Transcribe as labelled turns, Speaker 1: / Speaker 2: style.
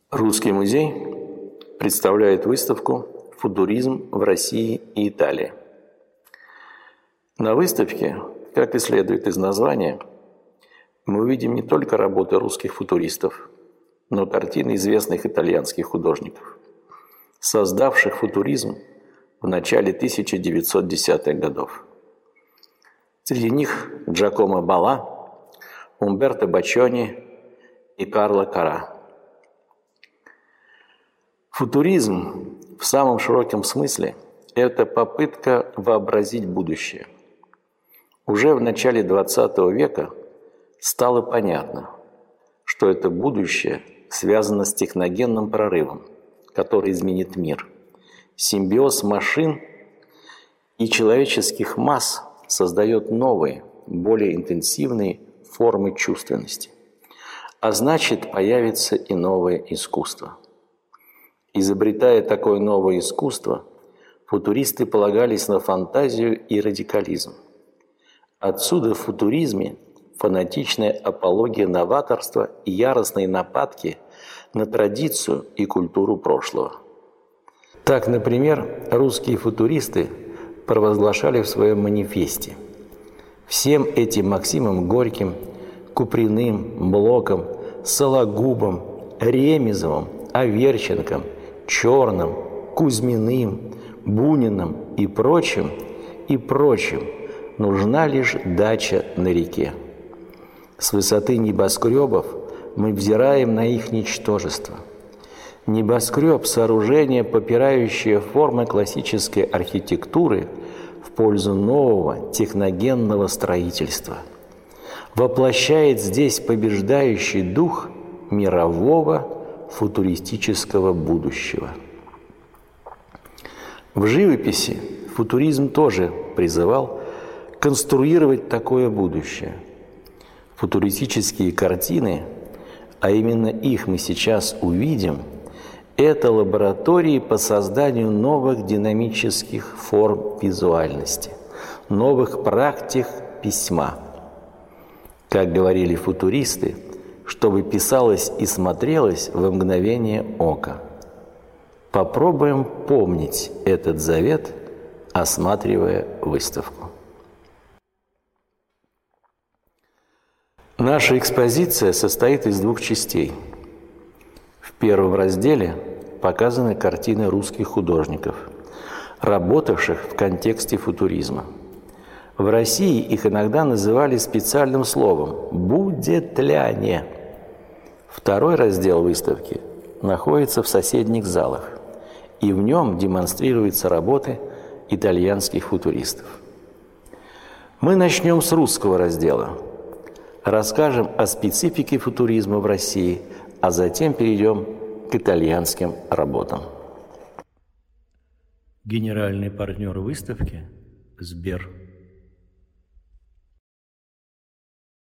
Speaker 1: Русский музей представляет выставку «Футуризм в России и Италии». На выставке, как и следует из названия, мы увидим не только работы русских футуристов, но и картины известных итальянских художников, создавших футуризм в начале 1910-х годов. Среди них Джакомо Балла, Умберто Боччони и Карло Кара. Футуризм в самом широком смысле – это попытка вообразить будущее. Уже в начале XX века стало понятно, что это будущее связано с техногенным прорывом, который изменит мир. Симбиоз машин и человеческих масс создает новые, более интенсивные формы чувственности. А значит, появится и новое искусство. Изобретая такое новое искусство, футуристы полагались на фантазию и радикализм. Отсюда в футуризме фанатичная апология новаторства и яростные нападки на традицию и культуру прошлого. Так, например, русские футуристы провозглашали в своем манифесте: всем этим Максимом Горьким, Куприным, Блоком, Сологубом, Ремезовым, Аверченком, Черным, Кузьминым, Буниным и прочим нужна лишь дача на реке. С высоты небоскребов мы взираем на их ничтожество. Небоскреб – сооружение, попирающее формы классической архитектуры в пользу нового техногенного строительства. Воплощает здесь побеждающий дух мирового футуристического будущего. В живописи футуризм тоже призывал конструировать такое будущее. Футуристические картины, а именно их мы сейчас увидим, это лаборатории по созданию новых динамических форм визуальности, новых практик письма. Как говорили футуристы, чтобы писалось и смотрелось в мгновение ока. Попробуем помнить этот завет, осматривая выставку. Наша экспозиция состоит из двух частей. В первом разделе показаны картины русских художников, работавших в контексте футуризма. В России их иногда называли специальным словом «будетляне». Второй раздел выставки находится в соседних залах, и в нем демонстрируются работы итальянских футуристов. Мы начнем с русского раздела. Расскажем о специфике футуризма в России, а затем перейдем к итальянским работам. Генеральный партнер выставки – Сбер.